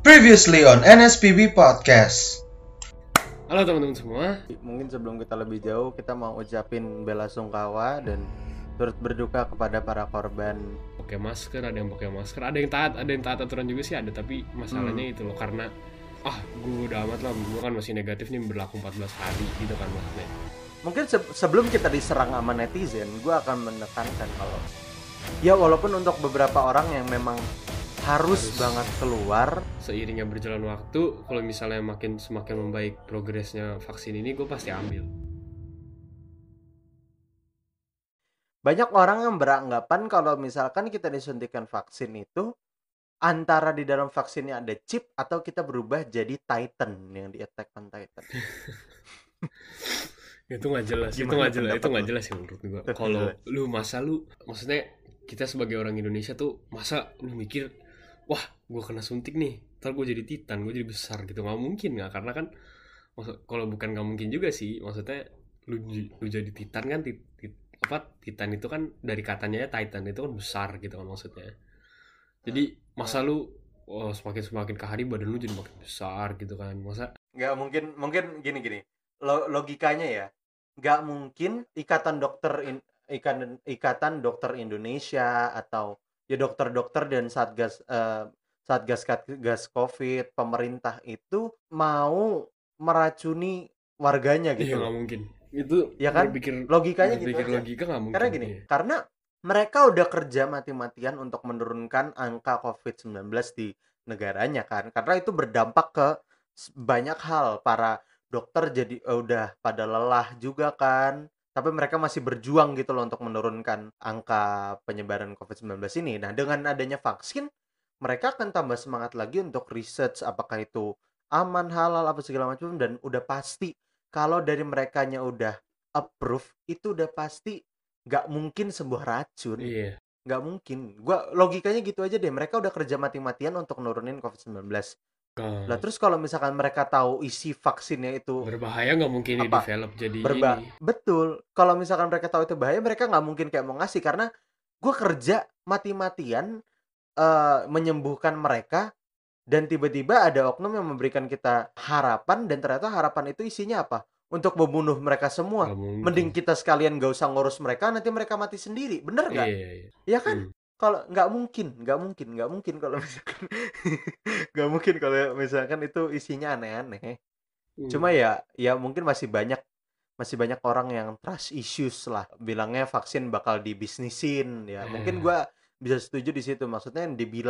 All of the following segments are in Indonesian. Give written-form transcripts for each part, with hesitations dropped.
Previously on NSPB Podcast. Halo teman-teman semua. Mungkin sebelum kita lebih jauh, kita mau ucapin bela sungkawa dan turut berduka kepada para korban. Pakai masker, ada yang pakai masker, ada yang taat aturan juga sih ada, tapi masalahnya itu loh, karena gue udah amat lah, gue kan masih negatif nih, berlaku 14 hari gitu kan maksudnya. Mungkin sebelum kita diserang sama netizen, gue akan menekankan kalau ya walaupun untuk beberapa orang yang memang harus banget keluar, seiringnya berjalan waktu, kalau misalnya semakin membaik progresnya vaksin ini, gue pasti ambil. banyak orang yang beranggapan kalau misalkan kita disuntikan vaksin itu antara di dalam vaksinnya ada chip atau kita berubah jadi Titan yang di Attack on Titan. Itu nggak jelas, itu nggak jelas sih menurut gue. Kalau maksudnya kita sebagai orang Indonesia tuh masa lu mikir, wah gue kena suntik nih, ntar gue jadi Titan, gue jadi besar gitu, nggak mungkin nggak, karena kan kalau bukan nggak mungkin juga sih, maksudnya lu jadi Titan kan, Titan itu kan dari katanya ya, Titan itu kan besar gitu kan maksudnya. Jadi masa lu semakin ke hari badan lu jadi makin besar gitu kan, masa Nggak mungkin gini logikanya ya, nggak mungkin ikatan dokter Indonesia atau ya dokter-dokter dan satgas COVID pemerintah itu mau meracuni warganya gitu. iya nggak mungkin itu Ya kan? Logikanya gitu aja. logika nggak mungkin. Karena gini, karena mereka udah kerja mati-matian untuk menurunkan angka COVID-19 di negaranya kan. Karena itu berdampak ke banyak hal. Para dokter jadi udah pada lelah juga kan. Tapi mereka masih berjuang gitu loh untuk menurunkan angka penyebaran COVID-19 ini. Nah, dengan adanya vaksin, mereka akan tambah semangat lagi untuk research apakah itu aman, halal, apa segala macam. Dan udah pasti kalau dari merekanya udah approve, itu udah pasti nggak mungkin sebuah racun. Iya. Nggak mungkin. Gua logikanya gitu aja deh. Mereka udah kerja mati-matian untuk nurunin COVID-19. Lah terus kalau misalkan mereka tahu isi vaksinnya itu berbahaya, nggak mungkin apa? di-develop jadi ini. Betul. Kalau misalkan mereka tahu itu bahaya, mereka nggak mungkin kayak mau ngasih, karena gue kerja mati-matian menyembuhkan mereka, dan tiba-tiba ada oknum yang memberikan kita harapan, dan ternyata harapan itu isinya apa? Untuk membunuh mereka semua. Mending kita sekalian gak usah ngurus mereka, nanti mereka mati sendiri. Bener nggak? Iya. Ya kan? Kalau nggak mungkin kalau misalkan nggak mungkin kalau misalkan itu isinya aneh-aneh. Cuma ya mungkin masih banyak orang yang trust issues lah, bilangnya vaksin bakal dibisnisin ya. Mungkin gue bisa setuju di situ. Maksudnya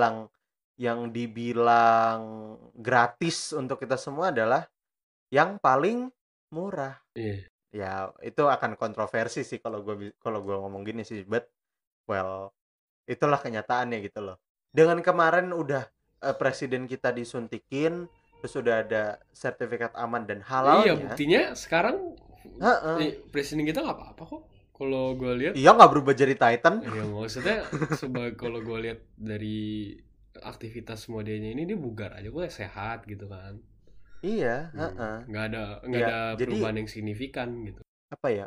yang dibilang gratis untuk kita semua adalah yang paling murah. Iya. Ya itu akan kontroversi sih kalau gue ngomong gini sih, but well, itulah kenyataannya gitu loh. Dengan kemarin udah presiden kita disuntikin, terus udah ada sertifikat aman dan halalnya. Iya, buktinya sekarang presiden kita nggak apa-apa kok. Kalau gue lihat. Iya, nggak berubah jadi Titan. Iya, maksudnya kalau gue lihat dari aktivitas modenya ini, dia bugar aja, gue sehat gitu kan. Iya, nggak ada perubahan yang signifikan gitu. Apa ya?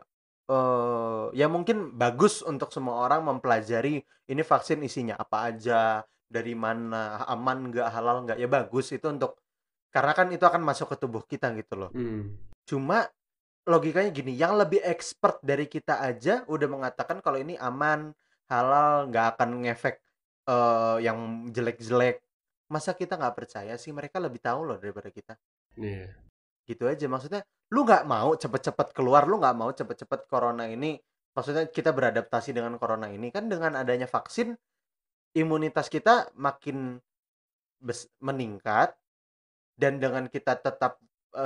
Ya mungkin bagus untuk semua orang mempelajari ini vaksin isinya apa aja, dari mana, aman nggak, halal nggak, ya bagus itu untuk, karena kan itu akan masuk ke tubuh kita gitu loh. Cuma logikanya gini, yang lebih expert dari kita aja udah mengatakan kalau ini aman, halal, nggak akan ngefek yang jelek-jelek. Masa kita nggak percaya sih? Mereka lebih tahu loh daripada kita. Iya. Gitu aja. Maksudnya lu nggak mau cepet-cepet keluar, lu nggak mau cepet-cepet corona ini, maksudnya kita beradaptasi dengan corona ini kan. Dengan adanya vaksin, imunitas kita makin meningkat, dan dengan kita tetap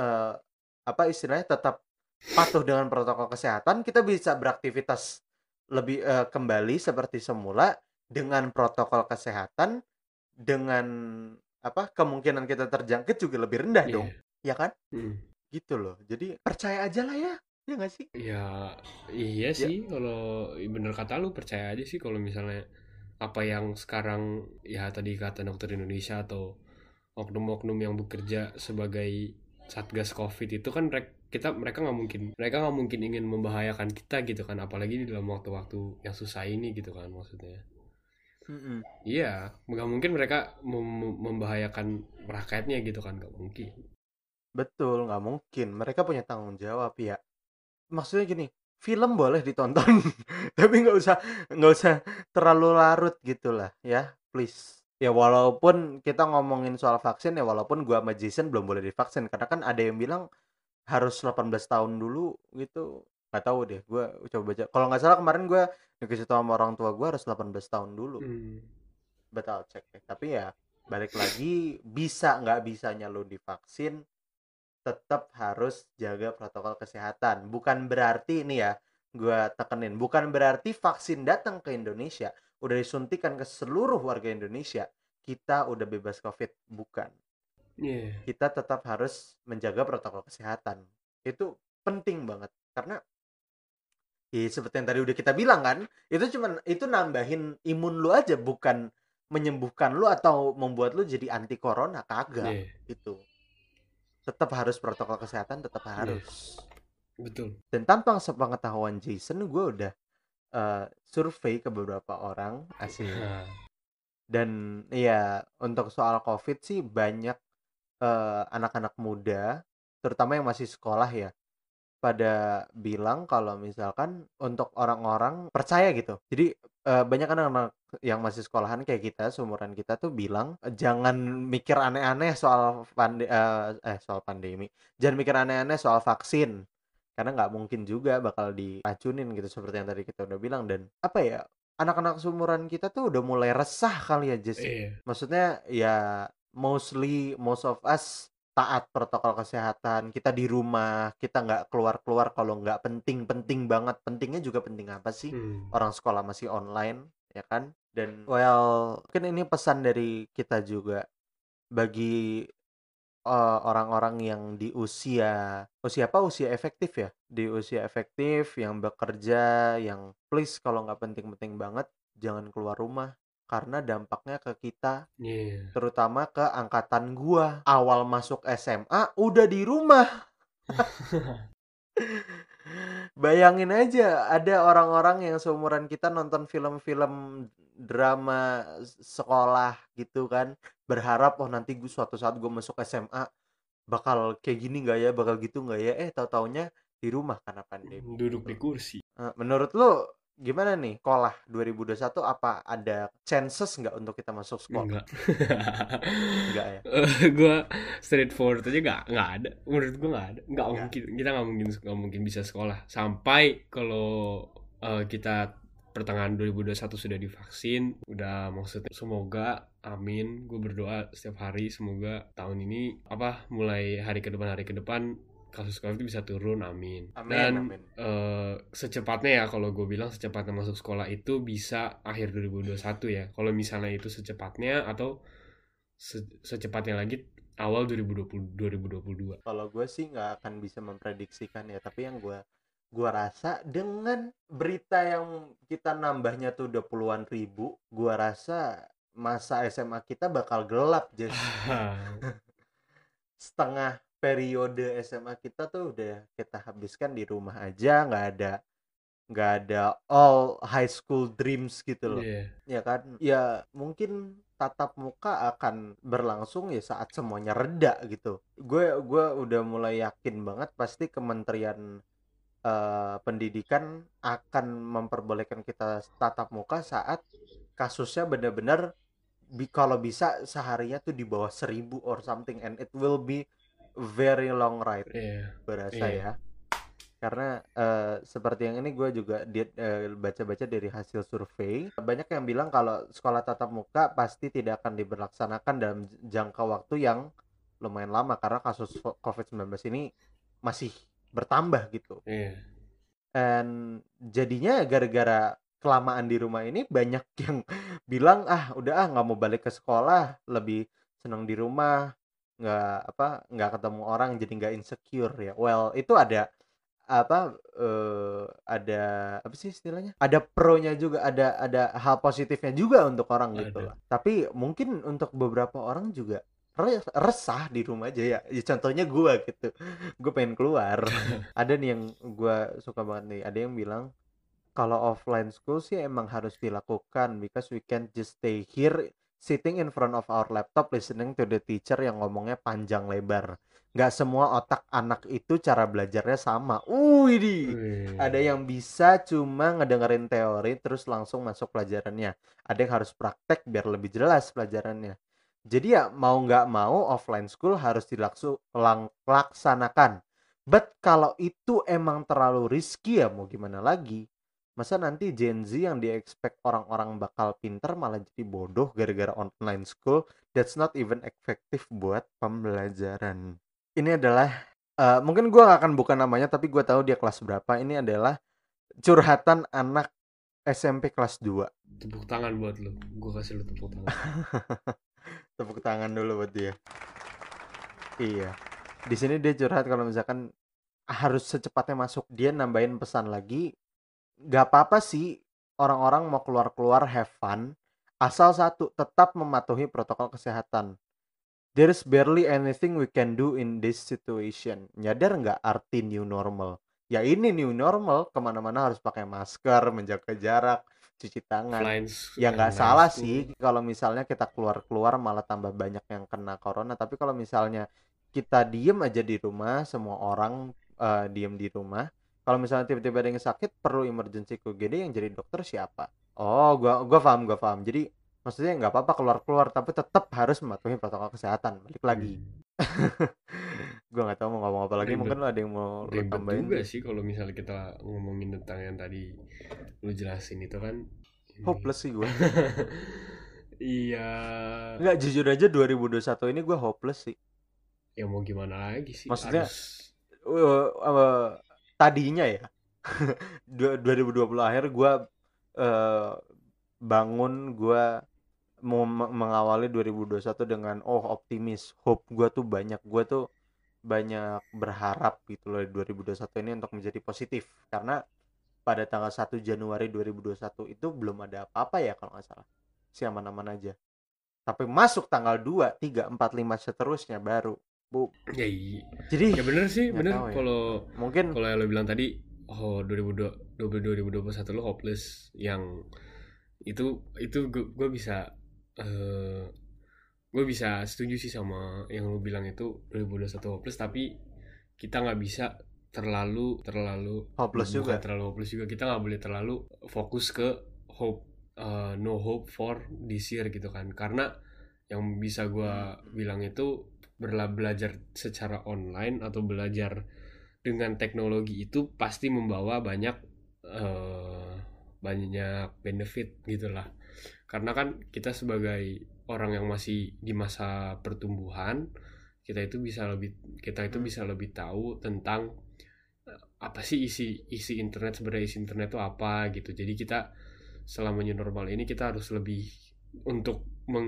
tetap patuh dengan protokol kesehatan, kita bisa beraktivitas lebih kembali seperti semula dengan protokol kesehatan, dengan kemungkinan kita terjangkit juga lebih rendah dong. Ya kan? Gitu loh. Jadi percaya aja lah ya. Ya nggak sih? Ya iya sih, kalau bener kata lu, percaya aja sih kalau misalnya apa yang sekarang ya tadi kata dokter Indonesia atau oknum-oknum yang bekerja sebagai satgas COVID itu kan mereka nggak mungkin ingin membahayakan kita gitu kan, apalagi di dalam waktu-waktu yang susah ini gitu kan maksudnya. Mm-mm. Iya, nggak mungkin mereka membahayakan rakyatnya gitu kan, nggak mungkin. Betul, nggak mungkin. Mereka punya tanggung jawab ya. Maksudnya gini, film boleh ditonton, tapi nggak usah terlalu larut gitu lah ya, please. Ya walaupun kita ngomongin soal vaksin ya, walaupun gua sama Jason belum boleh divaksin karena kan ada yang bilang harus 18 tahun dulu gitu. Nggak tahu deh, gua coba baca. Kalau nggak salah kemarin gua dikasih tahu sama orang tua gua harus 18 tahun dulu. Hmm. Betul cek deh. Tapi ya balik lagi, bisa nggak bisanya lo divaksin tetap harus jaga protokol kesehatan. Bukan berarti ini ya, gue tekenin, bukan berarti vaksin datang ke Indonesia, udah disuntikan ke seluruh warga Indonesia, kita udah bebas COVID. Bukan. Iya. Kita tetap harus menjaga protokol kesehatan. Itu penting banget. Karena ya seperti yang tadi udah kita bilang kan, itu nambahin imun lu aja, bukan menyembuhkan lu atau membuat lu jadi anti corona, kagak. Iya. Itu tetap harus protokol kesehatan, tetap Iya. harus. Betul. Dan tanpa sepengetahuan Jason, gue udah survei ke beberapa orang asik. Nah, Dan ya untuk soal COVID sih banyak anak-anak muda, terutama yang masih sekolah ya, pada bilang kalau misalkan untuk orang-orang percaya gitu. Jadi banyak anak-anak yang masih sekolahan kayak kita, seumuran kita tuh bilang jangan mikir aneh-aneh soal pandemi. Jangan mikir aneh-aneh soal vaksin. Karena nggak mungkin juga bakal diracunin gitu seperti yang tadi kita udah bilang. Dan apa ya, anak-anak seumuran kita tuh udah mulai resah kali ya, Jess. iya. Maksudnya ya most of us taat protokol kesehatan, kita di rumah, kita nggak keluar-keluar kalau nggak penting-penting banget. Pentingnya juga penting apa sih? Hmm. Orang sekolah masih online, ya kan? Dan well, mungkin ini pesan dari kita juga bagi orang-orang yang di usia efektif ya, di usia efektif yang bekerja, yang please kalau nggak penting-penting banget jangan keluar rumah karena dampaknya ke kita, Iya. terutama ke angkatan gua awal masuk SMA udah di rumah. Bayangin aja ada orang-orang yang seumuran kita nonton film-film drama sekolah gitu kan, berharap oh nanti gue suatu saat gue masuk SMA bakal kayak gini nggak ya, bakal gitu nggak ya, tahu-taunya di rumah karena pandemi Duduk gitu. di kursi. Menurut lo gimana nih sekolah 2021, apa ada chances nggak untuk kita masuk sekolah? Enggak. Enggak ya? Gue straightforward aja, nggak ada. Menurut gue nggak ada. Nggak Nggak. mungkin. Kita nggak mungkin bisa sekolah sampai kalau kita pertengahan 2021 sudah divaksin. Udah, maksudnya semoga, amin. Gue berdoa setiap hari semoga tahun ini mulai hari ke depan kasus COVID bisa turun, amin. Amin, Dan amin. secepatnya ya, kalau gue bilang secepatnya masuk sekolah itu bisa akhir 2021 ya. Kalau misalnya itu secepatnya, atau secepatnya lagi awal 2022. Kalau gue sih nggak akan bisa memprediksikan ya, tapi yang gue rasa dengan berita yang kita nambahnya tuh udah puluhan ribu, gue rasa masa SMA kita bakal gelap, Jess. Setengah periode SMA kita tuh udah kita habiskan di rumah aja, nggak ada all high school dreams gitu loh. Iya. Ya kan, ya mungkin tatap muka akan berlangsung ya saat semuanya reda gitu. Gue udah mulai yakin banget pasti Kementerian Pendidikan akan memperbolehkan kita tatap muka saat kasusnya benar-benar kalau bisa seharinya tuh di bawah 1.000 or something, and it will be very long ride Iya. berasa Iya. ya. Karena seperti yang ini gue juga baca-baca dari hasil survei, banyak yang bilang kalau sekolah tatap muka pasti tidak akan diberlaksanakan dalam jangka waktu yang lumayan lama karena kasus COVID-19 ini masih bertambah gitu. Iya. Dan jadinya gara-gara kelamaan di rumah ini banyak yang bilang udah nggak mau balik ke sekolah, lebih senang di rumah, nggak ketemu orang jadi nggak insecure ya. Well, itu ada ada apa sih istilahnya, ada pro-nya juga, ada hal positifnya juga untuk orang gitu Ada. lah. Tapi mungkin untuk beberapa orang juga resah di rumah aja ya. Contohnya gue gitu, gue pengen keluar. Ada nih yang gue suka banget nih, ada yang bilang Kalau offline school sih emang harus dilakukan because we can't just stay here sitting in front of our laptop listening to the teacher yang ngomongnya panjang lebar. Nggak semua otak anak itu cara belajarnya sama. Wih, ada Wih. yang bisa cuma ngedengerin teori terus langsung masuk pelajarannya. Ada yang harus praktek biar lebih jelas pelajarannya. Jadi ya mau nggak mau offline school harus dilaksanakan. But kalau itu emang terlalu risky ya mau gimana lagi? Masa nanti Gen Z yang di-expect orang-orang bakal pinter malah jadi bodoh gara-gara online school. That's not even effective buat pembelajaran. Ini adalah mungkin gue gak akan buka namanya tapi gue tahu dia kelas berapa. Ini adalah curhatan anak SMP kelas 2. Tepuk tangan buat lu. Gue kasih lu tepuk tangan. Tepuk tangan dulu buat dia. Iya. Di sini dia curhat kalau misalkan harus secepatnya masuk. Dia nambahin pesan lagi, gak apa-apa sih orang-orang mau keluar-keluar have fun, asal satu, tetap mematuhi protokol kesehatan. There's barely anything we can do in this situation. Nyadar nggak arti new normal? Ya ini new normal, kemana-mana harus pakai masker, menjaga jarak, cuci tangan. Ya nggak salah sih kalau misalnya kita keluar-keluar malah tambah banyak yang kena corona. Tapi kalau misalnya kita diem aja di rumah, semua orang diem di rumah. Kalau misalnya tiba-tiba ada yang sakit, perlu emergency ke UGD, yang jadi dokter siapa? Oh, gua paham. Jadi maksudnya nggak apa-apa keluar-keluar tapi tetap harus mematuhi protokol kesehatan. Balik lagi. Gue nggak tahu mau ngomong apa lagi. Mungkin lo ada yang mau lo Ribet tambahin juga sih. sih kalau misalnya kita ngomongin tentang yang tadi lu jelasin itu kan. Hopeless sih gue. Iya. Nggak, jujur aja 2021 ini gue hopeless sih. Ya mau gimana lagi sih. Maksudnya harus... tadinya ya 2020 akhir gue bangun, gue mau mengawali 2021 dengan optimis, hope gue tuh banyak berharap gitu loh 2021 ini untuk menjadi positif, karena pada tanggal 1 Januari 2021 itu belum ada apa-apa ya kalau nggak salah, si aman-aman aja. Tapi masuk tanggal 2, 3, 4, 5 seterusnya baru Ya, iya. Jadi ya bener sih, bener. Ya. Kalau mungkin yang lo bilang tadi, 2021 lo hopeless, yang itu gue bisa gue bisa setuju sih sama yang lo bilang itu 2021 hopeless, tapi kita nggak bisa terlalu hopeless juga. Terlalu hopeless juga. Kita nggak boleh terlalu fokus ke hope, no hope for this year gitu kan, karena yang bisa gue bilang itu belajar secara online atau belajar dengan teknologi itu pasti membawa banyak benefit gitulah. Karena kan kita sebagai orang yang masih di masa pertumbuhan, kita itu bisa lebih tahu tentang apa sih isi internet, sebenarnya isi internet itu apa gitu. Jadi kita selama new normal ini kita harus lebih untuk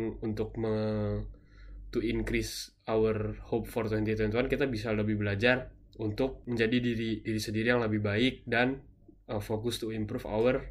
to increase our hope for 2021, kita bisa lebih belajar untuk menjadi diri sendiri yang lebih baik dan fokus to improve our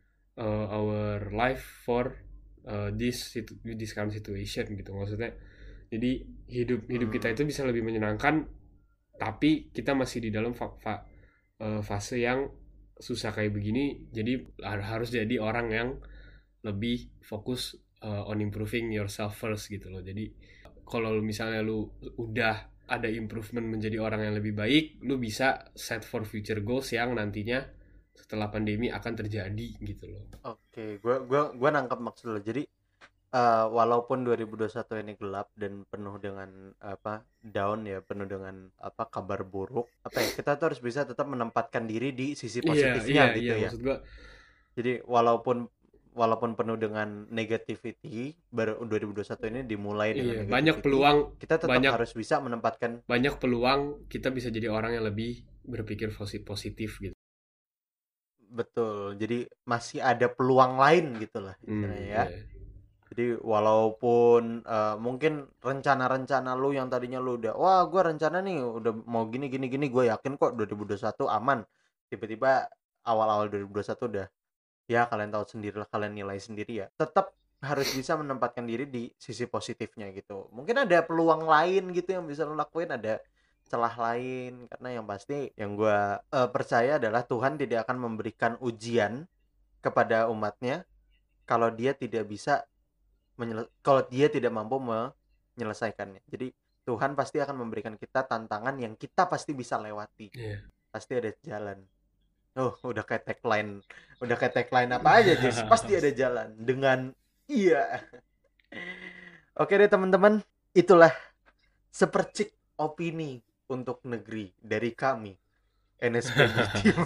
life for this current situation gitu. Maksudnya jadi hidup kita itu bisa lebih menyenangkan, tapi kita masih di dalam fase yang susah kayak begini. Jadi harus jadi orang yang lebih fokus on improving yourself first gitu loh. Jadi kalau misalnya lu udah ada improvement menjadi orang yang lebih baik, lu bisa set for future goals yang nantinya setelah pandemi akan terjadi gitu loh. Oke, gua nangkep maksud lo. Jadi walaupun 2021 ini gelap dan penuh dengan down ya, penuh dengan kabar buruk, kita tuh harus bisa tetap menempatkan diri di sisi positifnya gitu ya. Maksud gua, jadi walaupun penuh dengan negativity, baru 2021 ini dimulai dengan negativity, banyak peluang, kita tetap harus bisa menempatkan banyak peluang kita bisa jadi orang yang lebih berpikir positif gitu. Betul, jadi masih ada peluang lain gitulah istilahnya ya. Jadi walaupun mungkin rencana-rencana lu yang tadinya lu udah, wah gue rencana nih udah mau gini, gue yakin kok 2021 aman. Tiba-tiba awal-awal 2021 udah, ya kalian tahu sendiri lah, kalian nilai sendiri ya. Tetap harus bisa menempatkan diri di sisi positifnya gitu. Mungkin ada peluang lain gitu yang bisa lo lakuin, ada celah lain, karena yang pasti yang gue percaya adalah Tuhan tidak akan memberikan ujian kepada umatnya kalau dia tidak bisa kalau dia tidak mampu menyelesaikannya. Jadi Tuhan pasti akan memberikan kita tantangan yang kita pasti bisa lewati. Pasti ada jalan. Udah kayak tagline apa aja, Jess. Pasti ada jalan dengan iya. Oke deh teman-teman, itulah sepercik opini untuk negeri dari kami NSPB Team.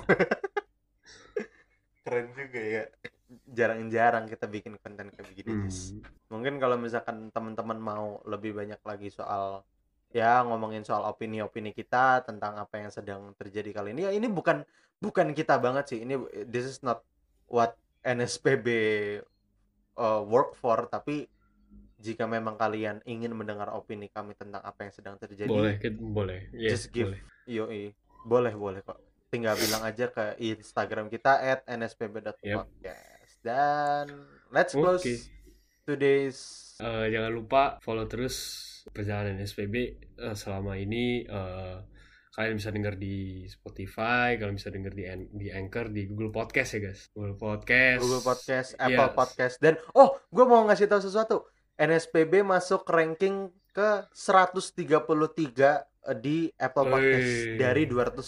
Keren juga ya. Jarang-jarang kita bikin konten kayak begini, Jess. Mungkin kalau misalkan teman-teman mau lebih banyak lagi soal ngomongin soal opini-opini kita tentang apa yang sedang terjadi kali ini, ya ini bukan kita banget sih. This is not what NSPB work for, tapi jika memang kalian ingin mendengar opini kami tentang apa yang sedang terjadi, boleh. Yes, just give. Boleh kok. Tinggal bilang aja ke Instagram kita @nspb.podcast. Dan let's close today's. Jangan lupa follow terus perjalanan NSPB selama ini. Kalian bisa denger di Spotify, kalian bisa denger di Anchor, di Google Podcast ya guys. Google Podcast, Apple Podcast. Dan gue mau ngasih tahu sesuatu. NSPB masuk ranking ke 133 di Apple Podcast dari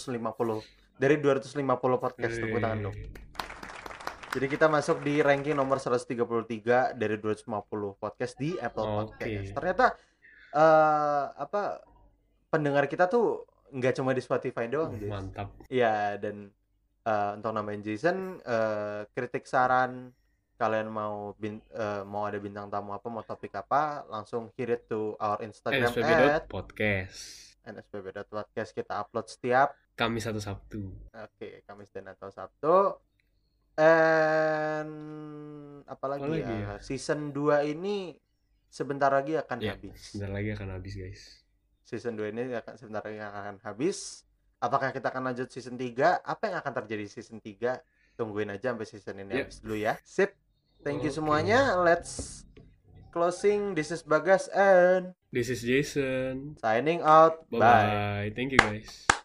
250 podcast. Tepuk tangan dong. Jadi kita masuk di ranking nomor 133 dari 250 podcast di Apple Podcast. Ternyata pendengar kita tuh nggak cuma di Spotify doang, guys. Mantap. Iya, dan untuk nambahin Jason, kritik saran kalian mau ada bintang tamu apa, mau topik apa, langsung hit it to our Instagram @nspb.podcast. nspb.podcast. Kita upload setiap Kamis atau Sabtu. Oke, Kamis dan atau Sabtu. And apalagi ya? Season 2 ini sebentar lagi akan habis. Sebentar lagi akan habis, guys. Season 2 ini sebentar lagi akan habis. Apakah kita akan lanjut season 3? Apa yang akan terjadi season 3? Tungguin aja sampai season ini habis dulu ya. Sip. Thank you semuanya. Let's closing. This is Bagas and this is Jason. Signing out. Bye. Thank you guys.